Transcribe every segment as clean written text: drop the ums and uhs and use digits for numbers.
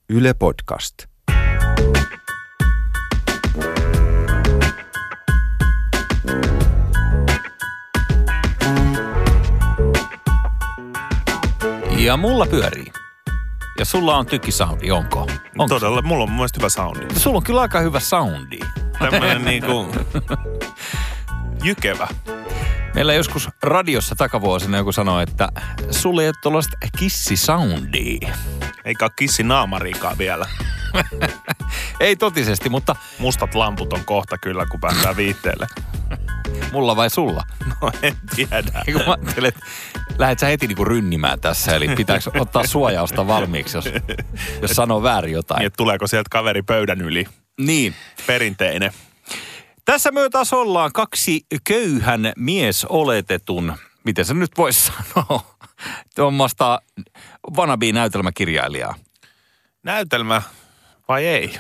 Yle Podcast. Ja mulla pyörii. Ja sulla on tykkisoundi, onko? Todella, mulla on mun mielestä hyvä soundi. Sulla on kyllä aika hyvä soundi. Tämmönen niinku jykevä. Meillä joskus radiossa takavuosina joku sanoi, että sulla ei ole tuollaista kissisoundia. Eikä ole kissinaamariikaan vielä. Ei totisesti, mutta... Mustat lamput on kohta kyllä, kun päästään viitteelle. Mulla vai sulla? No en tiedä. Eikö mä ajattelin, että lähdet sä heti niinku rynnimään tässä, eli pitääkö ottaa suojausta valmiiksi, jos sanoo väärin jotain. Niin, että tuleeko sieltä kaveri pöydän yli? Niin. Perinteinen. Tässä me taas ollaan kaksi köyhän miesoletetun, miten se nyt voisi sanoa, tuommoista wannabe-näytelmäkirjailijaa. Näytelmä vai ei?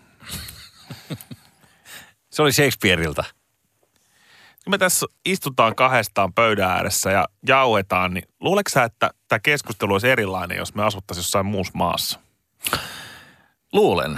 Se oli Shakespeareilta. Kun me tässä istutaan kahdestaan pöydän ääressä ja jauhetaan, niin luuletko sä, että tämä keskustelu olisi erilainen, jos me asuttaisiin jossain muussa maassa? Luulen.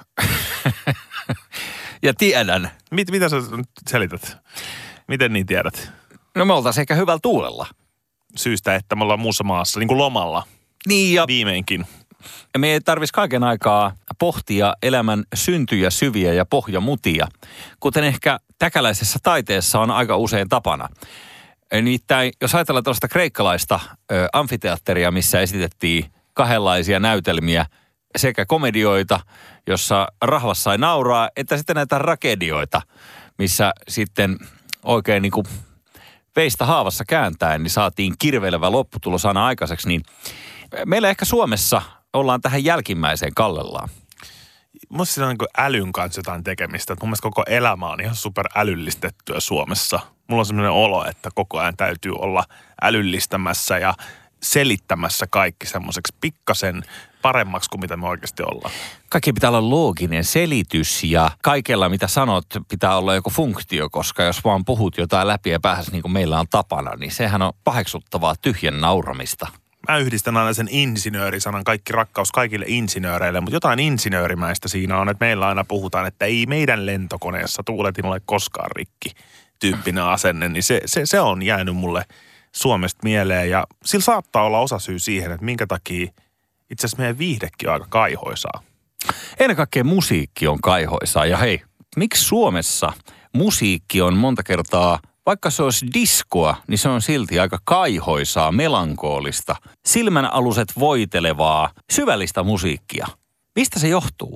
Ja tiedän. Mitä sä nyt selität? Miten niin tiedät? No me oltaisiin ehkä hyvällä tuulella. Syystä, että me ollaan muussa maassa, niin kuin lomalla. Niin ja... Viimeinkin. Ja me ei tarvitsisi kaiken aikaa pohtia elämän syntyjä, syviä ja pohjamutia, kuten ehkä täkäläisessä taiteessa on aika usein tapana. Nimittäin, jos ajatellaan tuollaista kreikkalaista amfiteatteria, missä esitettiin kahdenlaisia näytelmiä, sekä komedioita, jossa rahvas sai nauraa, että sitten näitä tragedioita, missä sitten oikein niin kuin veistä haavassa kääntäen, niin saatiin kirveilevä lopputulos aina aikaiseksi, niin meillä ehkä Suomessa ollaan tähän jälkimmäiseen kallellaan. Musta siinä on niin älyn kanssa jotain tekemistä. Mun mielestä koko elämä on ihan super älyllistettyä Suomessa. Mulla on sellainen olo, että koko ajan täytyy olla älyllistämässä ja selittämässä kaikki semmoiseksi pikkasen paremmaksi kuin mitä me oikeasti ollaan. Kaikki pitää olla looginen selitys ja kaikella mitä sanot pitää olla joku funktio, koska jos vaan puhut jotain läpi ja päähäs niin kuin meillä on tapana, niin sehän on paheksuttavaa tyhjän nauramista. Mä yhdistän aina sen insinöörisanan, kaikki rakkaus kaikille insinööreille, mutta jotain insinöörimäistä siinä on, että meillä aina puhutaan, että ei meidän lentokoneessa tuuletin ole koskaan rikki tyyppinen asenne, niin se on jäänyt mulle Suomesta mieleen ja sillä saattaa olla osasyy siihen, että minkä takia itse asiassa meidän viihdekin on aika kaihoisaa. Ennen kaikkea musiikki on kaihoisaa ja hei, miksi Suomessa musiikki on monta kertaa, vaikka se olisi diskoa, niin se on silti aika kaihoisaa, melankoolista, silmänaluset voitelevaa, syvällistä musiikkia. Mistä se johtuu?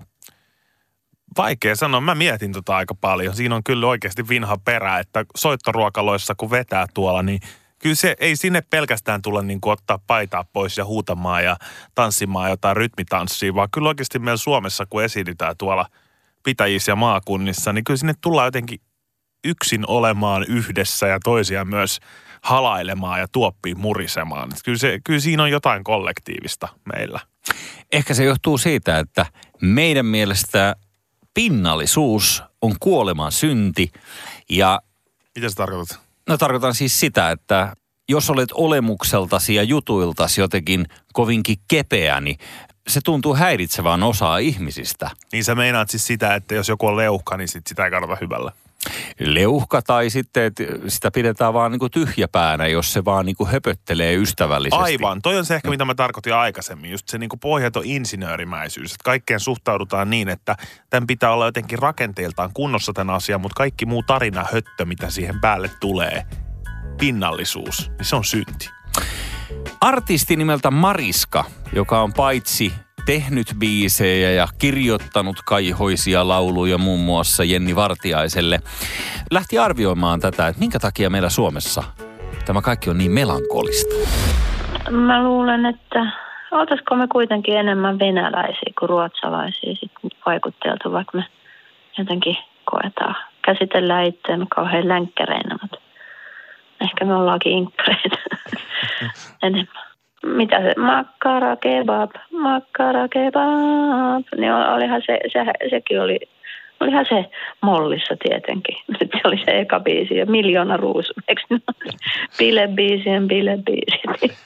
Vaikea sanoa. Mä mietin aika paljon. Siinä on kyllä oikeasti vinha perä, että soittoruokaloissa kun vetää tuolla, niin kyllä se ei sinne pelkästään tulla niin kuin ottaa paitaa pois ja huutamaan ja tanssimaan jotain rytmitanssia, vaan kyllä oikeasti meillä Suomessa, kun esiinnytään tuolla pitäjissä ja maakunnissa, niin kyllä sinne tullaan jotenkin yksin olemaan yhdessä ja toisia myös halailemaan ja tuoppiin murisemaan. Kyllä siinä on jotain kollektiivista meillä. Ehkä se johtuu siitä, että meidän mielestä pinnallisuus on kuoleman synti ja... Mitä sä tarkoitat? No tarkoitan siis sitä, että jos olet olemukseltasi ja jutuiltasi jotenkin kovinkin kepeä, niin se tuntuu häiritsevän osaa ihmisistä. Niin sä meinaat siis sitä, että jos joku on leuhka, niin sitä ei kannata hyvällä. Leuhka tai sitten, että sitä pidetään vaan niin kuin tyhjäpäänä, jos se vaan niin kuin höpöttelee ystävällisesti. Aivan. Toi on se ehkä, mitä mä tarkoitin aikaisemmin. Just se niin kuin pohjaton insinöörimäisyys. Että kaikkeen suhtaudutaan niin, että tämän pitää olla jotenkin rakenteeltaan kunnossa tämän asian, mutta kaikki muu tarina höttö, mitä siihen päälle tulee, pinnallisuus, niin se on synti. Artisti nimeltä Mariska, joka on paitsi tehnyt biisejä ja kirjoittanut kaihoisia lauluja muun muassa Jenni Vartiaiselle, lähti arvioimaan tätä, että minkä takia meillä Suomessa tämä kaikki on niin melankolista. Mä luulen, että oltaisiko me kuitenkin enemmän venäläisiä kuin ruotsalaisia sitten vaikutteelta, vaikka me jotenkin käsitellään itseämme kauhean länkkäreinä, mutta ehkä me ollaankin inkkareita enemmän. Mitä se? Makkara kebab. Niin olihan sekin oli Olihan se mollissa tietenkin. Se oli se eka biisi ja Miljoona ruusu. Eikö ne ole? Bilebiisien bilebiisit.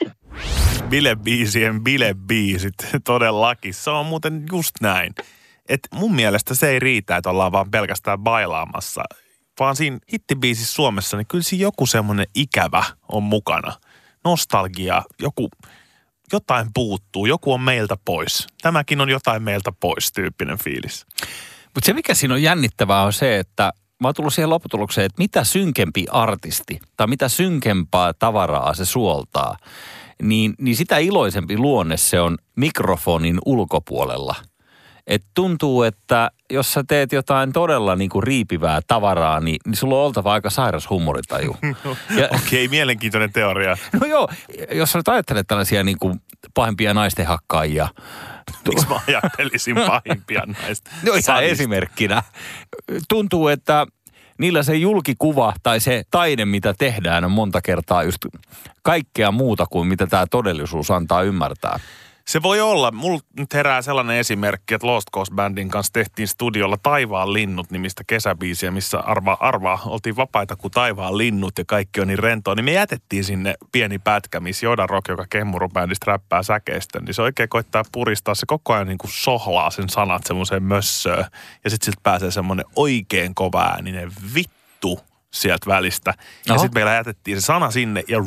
Bilebiisit, todellakin. Se on muuten just näin. Et mun mielestä se ei riitä, että ollaan vaan pelkästään bailaamassa. Vaan siinä hittibiisissä Suomessa, niin kyllä siinä joku semmoinen ikävä on mukana. Nostalgia, jotain puuttuu, joku on meiltä pois. Tämäkin on jotain meiltä pois tyyppinen fiilis. Mutta se, mikä siinä on jännittävää, on se, että mä oon tullut siihen lopputulokseen, että mitä synkempi artisti tai mitä synkempaa tavaraa se suoltaa, niin sitä iloisempi luonne se on mikrofonin ulkopuolella. Et tuntuu, että jos sä teet jotain todella niinku riipivää tavaraa, niin sulla on oltava aika sairas humoritaju. Okei, mielenkiintoinen teoria. No joo, jos sä nyt ajattelet tällaisia niinku pahimpia naistenhakkaajia. Miksi mä ajattelisin pahimpia naista? No ihan esimerkkinä. Tuntuu, että niillä se julkikuva tai se taide, mitä tehdään, on monta kertaa just kaikkea muuta kuin mitä tämä todellisuus antaa ymmärtää. Se voi olla. Mulla nyt herää sellainen esimerkki, että Lost Coast Bandin kanssa tehtiin studiolla Taivaan linnut -nimistä kesäbiisiä, missä arvaa, oltiin vapaita kuin taivaan linnut ja kaikki on niin rentoa. Niin me jätettiin sinne pieni pätkä, missä Joda Rock, joka Kemmurubändistä räppää säkeistä, niin se oikein koittaa puristaa. Se koko ajan niin kuin sohlaa sen sanat semmoiseen mössöön. Ja sitten siltä pääsee semmoinen oikein kova ääninen vittu sieltä välistä. Ja sitten meillä jätettiin se sana sinne ja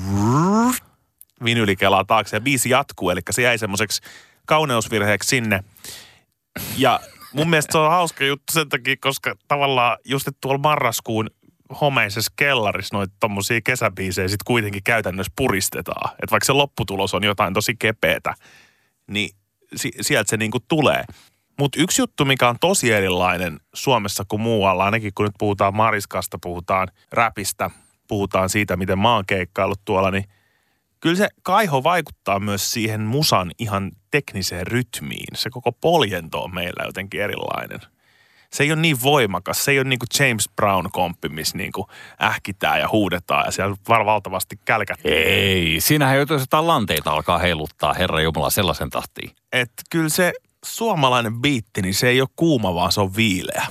vinyli kelaa taakse ja biisi jatkuu, eli se jäi semmoiseksi kauneusvirheeksi sinne. Ja mun mielestä se on hauska juttu sen takia, koska tavallaan just tuolla marraskuun homeisessa kellarissa noita tommosia kesäbiisejä sit kuitenkin käytännössä puristetaan. Että vaikka se lopputulos on jotain tosi kepeätä, niin sieltä se niinku tulee. Mutta yksi juttu, mikä on tosi erilainen Suomessa kuin muualla, ainakin kun nyt puhutaan Mariskasta, puhutaan räpistä, puhutaan siitä, miten mä oon keikkaillut tuolla, niin kyllä se kaiho vaikuttaa myös siihen musan ihan tekniseen rytmiin. Se koko poljento on meillä jotenkin erilainen. Se ei ole niin voimakas. Se ei ole niin kuin James Brown-komppi, missä niin kuin ähkitään ja huudetaan ja siellä valtavasti kälkätään. Ei, siinähän jotain lanteita alkaa heiluttaa, Herra Jumala, sellaisen tahtiin. Että kyllä se suomalainen biitti, niin se ei ole kuuma, vaan se on viileä.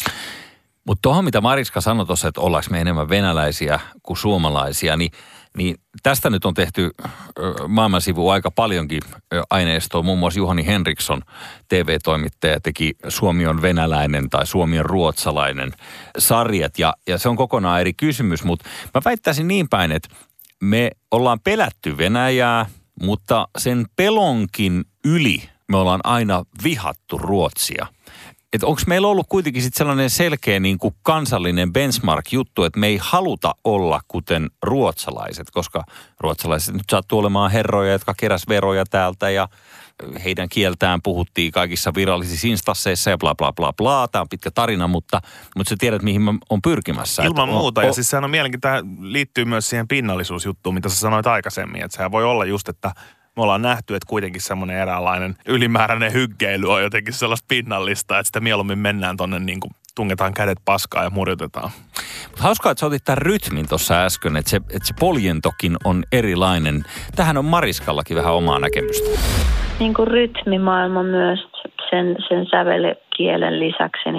Mutta tuohon, mitä Mariska sanoi tuossa, että ollaanko me enemmän venäläisiä kuin suomalaisia, niin tästä nyt on tehty maailman sivuun aika paljonkin aineistoa. Muun muassa Juhani Henriksson, TV-toimittaja, teki Suomi on venäläinen tai Suomi on ruotsalainen sarjat. Ja se on kokonaan eri kysymys, mutta mä väittäisin niin päin, että me ollaan pelätty Venäjää, mutta sen pelonkin yli me ollaan aina vihattu Ruotsia. Että onko meillä ollut kuitenkin sitten sellainen selkeä niin kuin kansallinen benchmark-juttu, että me ei haluta olla kuten ruotsalaiset, koska ruotsalaiset nyt sattuu olemaan herroja, jotka keräs veroja täältä ja heidän kieltään puhuttiin kaikissa virallisissa instansseissa ja bla bla bla bla. Tämä on pitkä tarina, mutta sä tiedät, mihin mä oon pyrkimässä. Ilman muuta. Ja siis sehän on mielenkiintoista, tämä liittyy myös siihen pinnallisuusjuttuun, mitä sä sanoit aikaisemmin. Että sehän voi olla just, että me ollaan nähty, että kuitenkin semmoinen eräänlainen ylimääräinen hyggeily on jotenkin sellaista pinnallista, että sitä mieluummin mennään tonne niin kuin tungetaan kädet paskaa ja murjotetaan. Mutta hauskaa, että sä otit tämän rytmin tuossa äsken, että se poljentokin on erilainen. Tähän on Mariskallakin vähän omaa näkemystä. Niin kuin rytmimaailma myös sen sävelkielen lisäksi,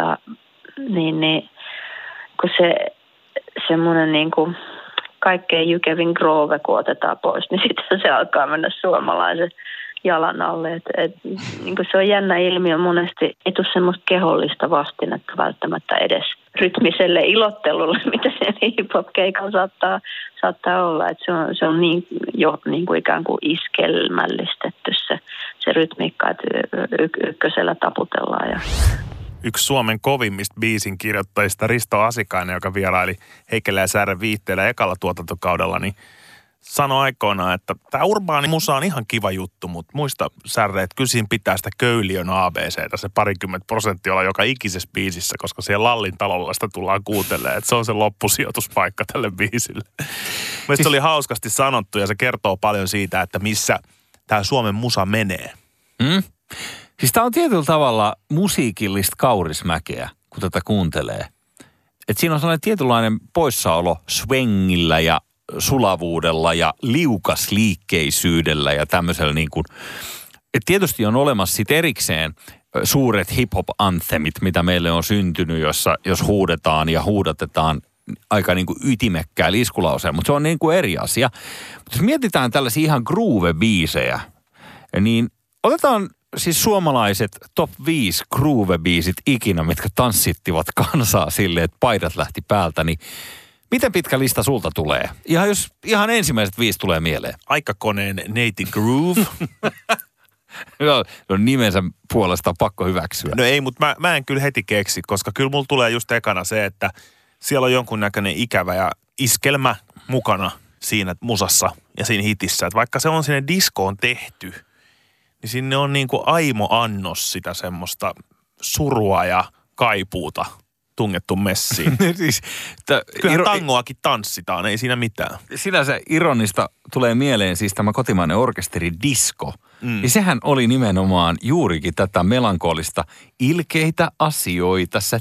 niin kun se semmoinen niin kuin kaikkein jykevin groove, kun otetaan pois, niin sitten se alkaa mennä suomalaisen jalan alle. Niin se on jännä ilmiö, monesti ei tule semmoista kehollista vastinetta välttämättä edes rytmiselle ilottelulle, mitä se hip-hop-keikalla saattaa olla. Että se on niin kuin ikään kuin iskelmällistetty se rytmiikka, että ykkösellä taputellaan ja yksi Suomen kovimmista biisin kirjoittajista, Risto Asikainen, joka vieraili Heikelä ja Säären viitteellä ekalla tuotantokaudella, niin sanoi aikoinaan, että tämä urbaani musa on ihan kiva juttu, mutta muista Särre, että kyllä siinä pitää sitä Köyliön ABCtä, se 20% olla joka ikisessä biisissä, koska siellä Lallin talolla sitä tullaan kuuntelemaan, että se on se loppusijoituspaikka tälle biisille. Mielestäni se oli hauskasti sanottu ja se kertoo paljon siitä, että missä tämä Suomen musa menee. Siis tämä on tietyllä tavalla musiikillista kaurismäkeä, kun tätä kuuntelee. Että siinä on sellainen tietynlainen poissaolo swengillä ja sulavuudella ja liukasliikkeisyydellä ja tämmöisellä niin kuin. Että tietysti on olemassa sitten erikseen suuret hip-hop-anthemit, mitä meille on syntynyt, jossa jos huudetaan ja huudatetaan aika niin kuin ytimekkää iskulauseen, mutta se on niin kuin eri asia. Mutta jos mietitään tällaisia ihan groove-biisejä, niin otetaan siis suomalaiset top 5 groove-biisit ikinä, mitkä tanssittivat kansaa silleen, että paidat lähti päältä, niin miten pitkä lista sulta tulee? Jos ihan ensimmäiset 5 tulee mieleen. Aikakoneen Native Groove. No nimensä puolesta pakko hyväksyä. No ei, mutta mä en kyllä heti keksi, koska kyllä mulla tulee just ekana se, että siellä on jonkunnäköinen ikävä ja iskelmä mukana siinä musassa ja siinä hitissä. Että vaikka se on sinne diskoon tehty, niin sinne on niin kuin aimo annos sitä semmoista surua ja kaipuuta tungettu messiin. Siis, kyllähän tangoakin tanssitaan, ei siinä mitään. Sinänsä ironista tulee mieleen siis tämä kotimainen orkesteri Disco. Ja sehän oli nimenomaan juurikin tätä melankolista ilkeitä asioita sä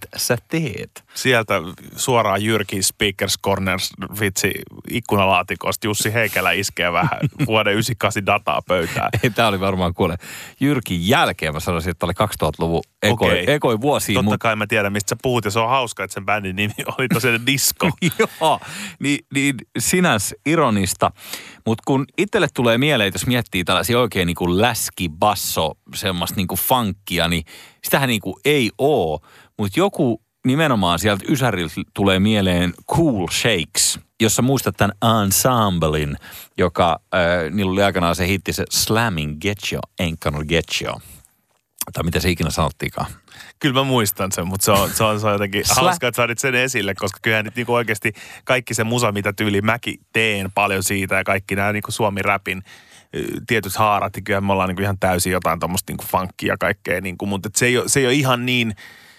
teet. Sieltä suoraan Jyrki Speakers Corners vitsi ikkunalaatikosta Jussi Heikelä iskee vähän vuoden 98 dataa pöytään. Tämä oli varmaan kuule Jyrkin jälkeen, mä sanoisin, että oli 2000-luvun ekoi vuosi. Totta kai mä tiedän, mistä sä puhut ja se on hauska, että sen bändin nimi oli tosiaan Disco. Joo, niin sinänsä ironista. Mutta kun itselle tulee mieleen, että jos miettii tällaisia oikein niin kuin läski-basso, semmoista niin kuin funkia, niin sitähän niin kuin ei oo. Mutta joku nimenomaan sieltä Ysäriltä tulee mieleen Cool Shakes, jossa muistat tämän ensemblen, joka, niillä oli aikanaan se hitti se Slamming Get You, Ain't Gonna Get You. Tai mitä se ikinä sanottiinkaan. Kyllä mä muistan sen, mutta se on jotenkin hauska, että sä sen esille, koska kyllähän nyt niinku oikeasti kaikki se musa, mitä tyyli mäkin teen paljon siitä ja kaikki nämä niinku Suomi-räpin tietyt haarat, niin kyllä me ollaan niinku ihan täysin jotain tommoista niinku funkia ja kaikkea, niinku, mutta se ei ole ihan niin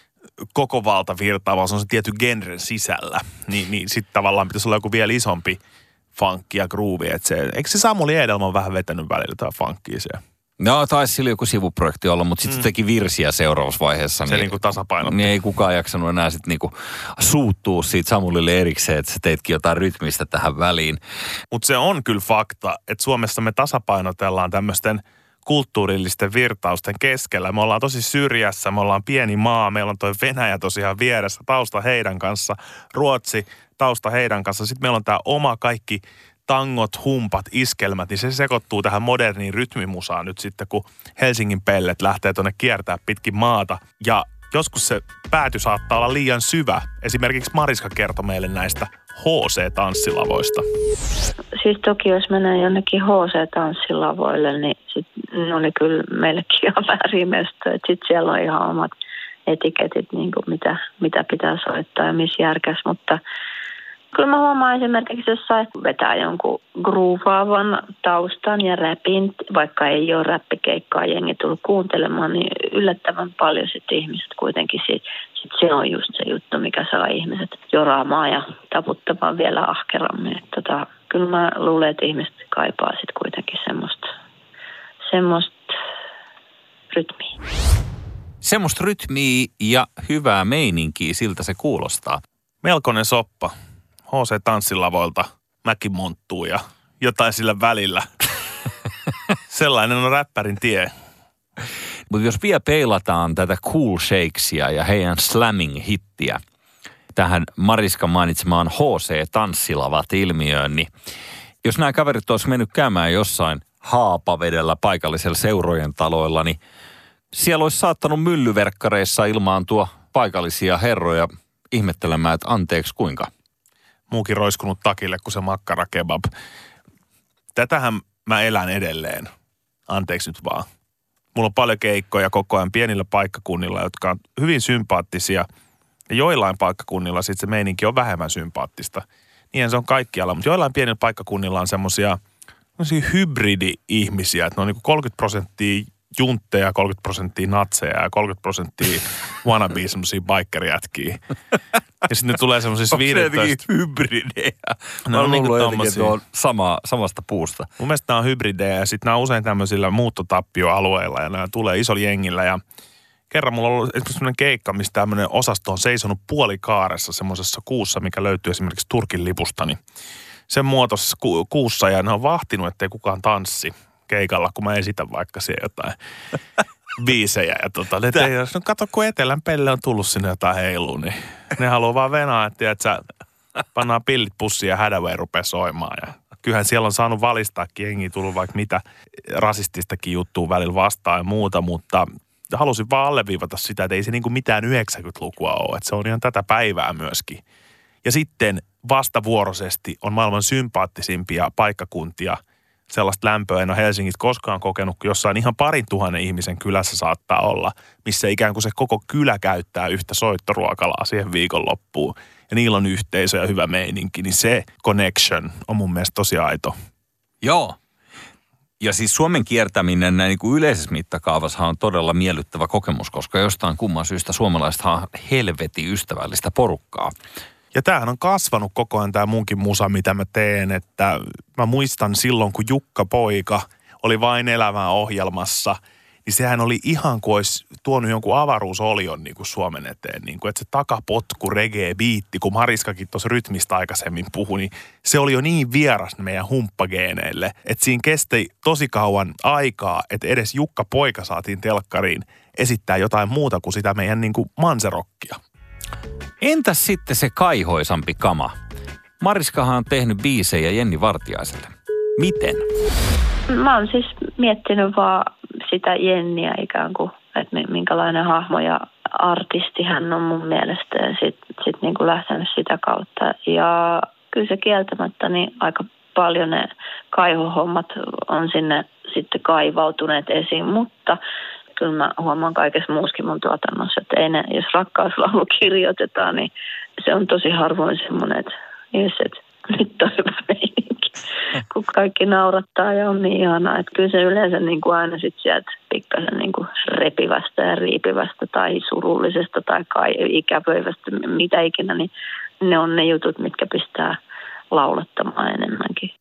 koko valtavirtaa, vaan se on se tietty genren sisällä. Niin sitten tavallaan pitäisi olla joku vielä isompi funkki ja groove, että eikö se Samuli Edelman vähän vetänyt välillä tämä funkkia siellä? No, taisi sillä joku sivuprojekti olla, mutta sitten se teki virsiä seuraavassa vaiheessa. Se niin kuin tasapainotti. Niin ei kukaan jaksanut enää sitten niinku suuttua siitä Samulille erikseen, että sä teitkin jotain rytmistä tähän väliin. Mutta se on kyllä fakta, että Suomessa me tasapainotellaan tämmöisten kulttuurillisten virtausten keskellä. Me ollaan tosi syrjässä, me ollaan pieni maa, meillä on toi Venäjä tosiaan vieressä, tausta heidän kanssa, Ruotsi, tausta heidän kanssa. Sitten meillä on tämä oma kaikki tangot, humpat, iskelmät, niin se sekoittuu tähän moderniin rytmimusaan nyt sitten, kun Helsingin pellet lähtee tuonne kiertää pitkin maata. Ja joskus se pääty saattaa olla liian syvä. Esimerkiksi Mariska kertoi meille näistä HC-tanssilavoista. Siis toki jos mennään jonnekin HC-tanssilavoille, niin sit, ne oli kyllä meillekin ihan väärin mestoja. Sitten siellä on ihan omat etiketit, niin kuin mitä pitää soittaa ja missä järkäs, mutta kyllä mä huomaan esimerkiksi, jos sai vetää jonkun groovaavan taustan ja räpin, vaikka ei ole räppikeikkaa jengi tullut kuuntelemaan, niin yllättävän paljon sitten ihmiset kuitenkin sit se on just se juttu, mikä saa ihmiset joraamaan ja taputtamaan vielä ahkerammin. Kyllä mä luulen, että ihmiset kaipaa sitten kuitenkin semmoista rytmiä. Semmoista rytmiä ja hyvää meininkiä, siltä se kuulostaa. Melkoinen soppa. HC-tanssilavoilta mäkimonttuu ja jotain sillä välillä. Sellainen on räppärin tie. Mutta jos vielä peilataan tätä Cool Shakesia ja heidän slamming-hittiä tähän Mariskan mainitsemaan HC-tanssilavat-ilmiöön, niin jos nämä kaverit olisi mennyt käymään jossain Haapavedellä paikallisella seurojen taloilla, niin siellä olisi saattanut myllyverkkareissa ilmaantua paikallisia herroja ihmettelemään, että anteeksi kuinka. Muukin roiskunut takille kuin se makkarakebab. Tätähän mä elän edelleen. Anteeksi nyt vaan. Mulla on paljon keikkoja koko ajan pienillä paikkakunnilla, jotka on hyvin sympaattisia. Ja joillain paikkakunnilla sitten se meininki on vähemmän sympaattista. Niinhän se on kaikkialla, mutta joillain pienillä paikkakunnilla on semmoisia hybridi-ihmisiä, että ne on niin 30% juntteja, 30% natseja ja 30% wannabe semmoisia bikerijätkiä. Ja sitten ne tulee semmoisissa 15... Onko se hybridejä? Ne on niinku tommosia. On samasta puusta. Mun mielestä nämä on hybridejä ja sitten nämä on usein tämmöisillä muuttotappioalueilla ja nämä tulee isolla jengillä. Ja kerran mulla on ollut esimerkiksi semmoinen keikka, missä tämmöinen osasto on seisonut puolikaaressa semmoisessa kuussa, mikä löytyy esimerkiksi Turkin lipusta. Niin sen muotoisessa kuussa ja ne on vahtinut, ettei kukaan tanssi keikalla, kun mä esitän vaikka siellä jotain. biisejä. Ja ne tehdään, no kato, kun Etelän pelle on tullut sinne jotain heiluun, niin ne haluaa vaan venaa, että pannaan pillit pussiin ja Hathaway rupeaa soimaan. Ja kyllähän siellä on saanut valistaakin, jengi tullut vaikka mitä rasististakin juttua välillä vastaan ja muuta, mutta halusin vaan alleviivata sitä, että ei se niinku mitään 90-lukua ole, että se on ihan tätä päivää myöskin. Ja sitten vastavuoroisesti on maailman sympaattisimpia paikkakuntia. Sellaista lämpöä en ole Helsingistä koskaan kokenut, kun jossain ihan 2,000 ihmisen kylässä saattaa olla, missä ikään kuin se koko kylä käyttää yhtä soittoruokalaa siihen viikonloppuun. Ja niillä on yhteisö ja hyvä meininki, niin se connection on mun mielestä tosi aito. Joo. Ja siis Suomen kiertäminen näin niin kuin yleisessä mittakaavassa on todella miellyttävä kokemus, koska jostain kumman syystä suomalaisethan on helvetin ystävällistä porukkaa. Ja tämähän on kasvanut koko ajan tämä munkin musa, mitä mä teen, että mä muistan silloin, kun Jukka Poika oli Vain elämää -ohjelmassa, niin sehän oli ihan kuin olisi tuonut jonkun avaruusolion niin kuin Suomen eteen. Niin kuin, että se takapotku reggae-biitti, kun Mariskakin tuossa rytmistä aikaisemmin puhui, niin se oli jo niin vieras meidän humppageeneille, että siinä kesti tosi kauan aikaa, että edes Jukka Poika saatiin telkkariin esittää jotain muuta kuin sitä meidän niin kuin manserokkia. Entäs sitten se kaihoisampi kama? Mariskahan on tehnyt biisejä Jenni Vartiaiselle. Miten? Mä oon siis miettinyt vaan sitä Jenniä ikään kuin, että minkälainen hahmo ja artisti hän on mun mielestä ja sit niin kuin lähtenyt sitä kautta. Ja kyllä se kieltämättä niin aika paljon ne kaihohommat on sinne sitten kaivautuneet esiin, mutta kyllä mä huomaan kaikessa muuskin mun tuotannossa, että ei ne, jos rakkauslaulu kirjoitetaan, niin se on tosi harvoin semmoinen, että nyt on hyvä meininki, kun kaikki naurattaa ja on niin ihanaa. Että kyllä se yleensä niin kuin aina sitten sieltä pikkasen niin kuin repivästä ja riipivästä tai surullisesta tai ikävöivästä, mitä ikinä, niin ne on ne jutut, mitkä pistää laulattamaan enemmänkin.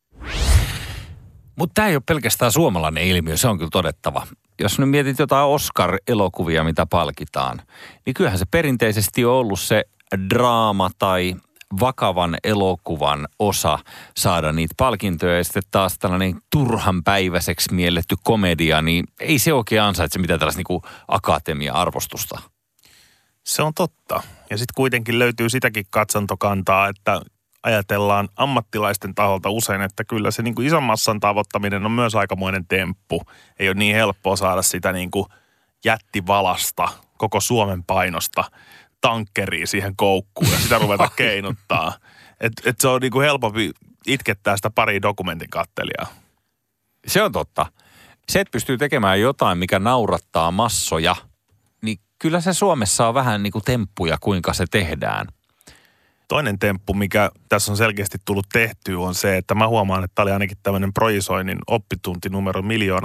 Mutta tämä ei ole pelkästään suomalainen ilmiö, se on kyllä todettava. Jos nyt mietit jotain Oscar-elokuvia, mitä palkitaan, niin kyllähän se perinteisesti on ollut se draama tai vakavan elokuvan osa saada niitä palkintoja. Ja sitten taas tällainen turhanpäiväiseksi mielletty komedia, niin ei se oikein ansaitse mitään tällaista niinku akatemia-arvostusta. Se on totta. Ja sitten kuitenkin löytyy sitäkin katsantokantaa, että ajatellaan ammattilaisten taholta usein, että kyllä se niin kuin ison massan tavoittaminen on myös aikamoinen temppu. Ei ole niin helppoa saada sitä niin kuin jättivalasta, koko Suomen painosta tankkeriin siihen koukkuun ja sitä ruveta keinuttaa. Et se on niin kuin helpompi itkettää sitä pari dokumentin kattelijaa. Se on totta. Se, että pystyy tekemään jotain, mikä naurattaa massoja, niin kyllä se Suomessa on vähän niin kuin temppuja, kuinka se tehdään. Toinen temppu, mikä tässä on selkeästi tullut tehtyä, on se, että mä huomaan, että tämä oli ainakin tämmöinen projisoinnin oppitunti numero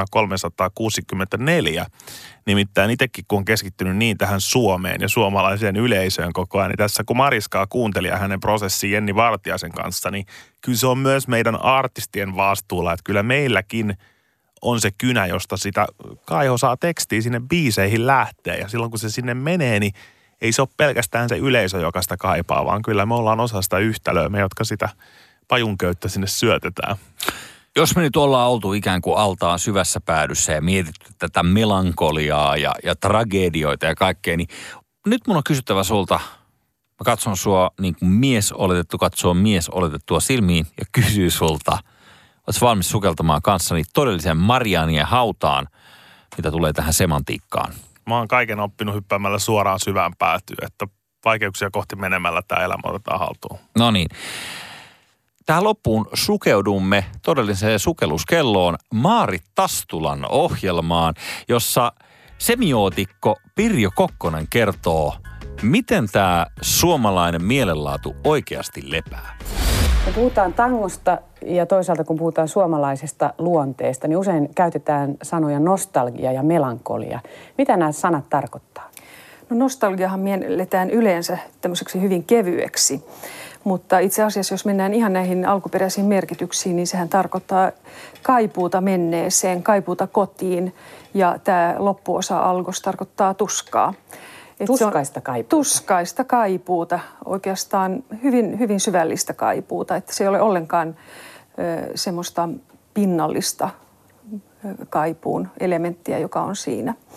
1,364. Nimittäin itsekin, kun on keskittynyt niin tähän Suomeen ja suomalaiseen yleisöön koko ajan, niin tässä kun Mariskaa kuunteli ja hänen prosessiin Jenni Vartiaisen kanssa, niin kyllä se on myös meidän artistien vastuulla, että kyllä meilläkin on se kynä, josta sitä Kaiho saa tekstiä sinne biiseihin lähteä. Ja silloin kun se sinne menee, niin ei se ole pelkästään se yleisö, joka sitä kaipaa, vaan kyllä me ollaan osa sitä yhtälöä, me jotka sitä pajunköyttä sinne syötetään. Jos me nyt ollaan oltu ikään kuin altaan syvässä päädyssä ja mietitty tätä melankoliaa ja tragedioita ja kaikkea, niin nyt mun on kysyttävä sulta. Mä katson sua niin kuin mies oletettu katsoo mies oletettua silmiin ja kysyy sulta. Oletko valmis sukeltamaan kanssani todelliseen Marianien hautaan, mitä tulee tähän semantiikkaan? Mä oon kaiken oppinut hyppäämällä suoraan syvään päätyyn, että vaikeuksia kohti menemällä tämä elämä otetaan haltuun. No niin. Tähän loppuun sukeudumme todelliseen sukelluskelloon Maarit Tastulan ohjelmaan, jossa semiootikko Pirjo Kokkonen kertoo, miten tämä suomalainen mielenlaatu oikeasti lepää. Kun puhutaan tangosta ja toisaalta kun puhutaan suomalaisesta luonteesta, niin usein käytetään sanoja nostalgia ja melankolia. Mitä nämä sanat tarkoittaa? No nostalgiahan mielletään yleensä tämmöiseksi hyvin kevyeksi, mutta itse asiassa jos mennään ihan näihin alkuperäisiin merkityksiin, niin sehän tarkoittaa kaipuuta menneeseen, kaipuuta kotiin ja tämä loppuosa algos tarkoittaa tuskaa. Tuskaista kaipuuta. Tuskaista kaipuuta, oikeastaan hyvin, hyvin syvällistä kaipuuta, että se ei ole ollenkaan semmoista pinnallista kaipuun elementtiä, joka on siinä.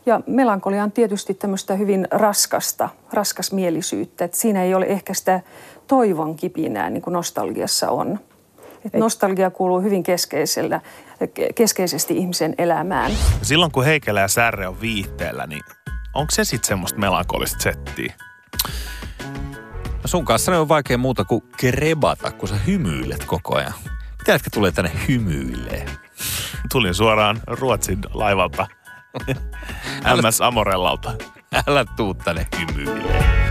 Ja melankolia on tietysti tämmöistä hyvin raskasmielisyyttä, että siinä ei ole ehkä sitä toivon kipinää niin kuin nostalgiassa on. Että nostalgia kuuluu hyvin keskeisesti ihmisen elämään. Silloin kun Heikelä ja Särre on viihteellä, niin onko se sitten semmoista melankolista settiä? Sun kanssa on vaikea muuta kuin krebata, kun sä hymyilet koko ajan. Mitä jätkä tulee tänne hymyilee? Tulin suoraan Ruotsin laivalta. MS Amorellalta. Älä tuu tänne hymyilee.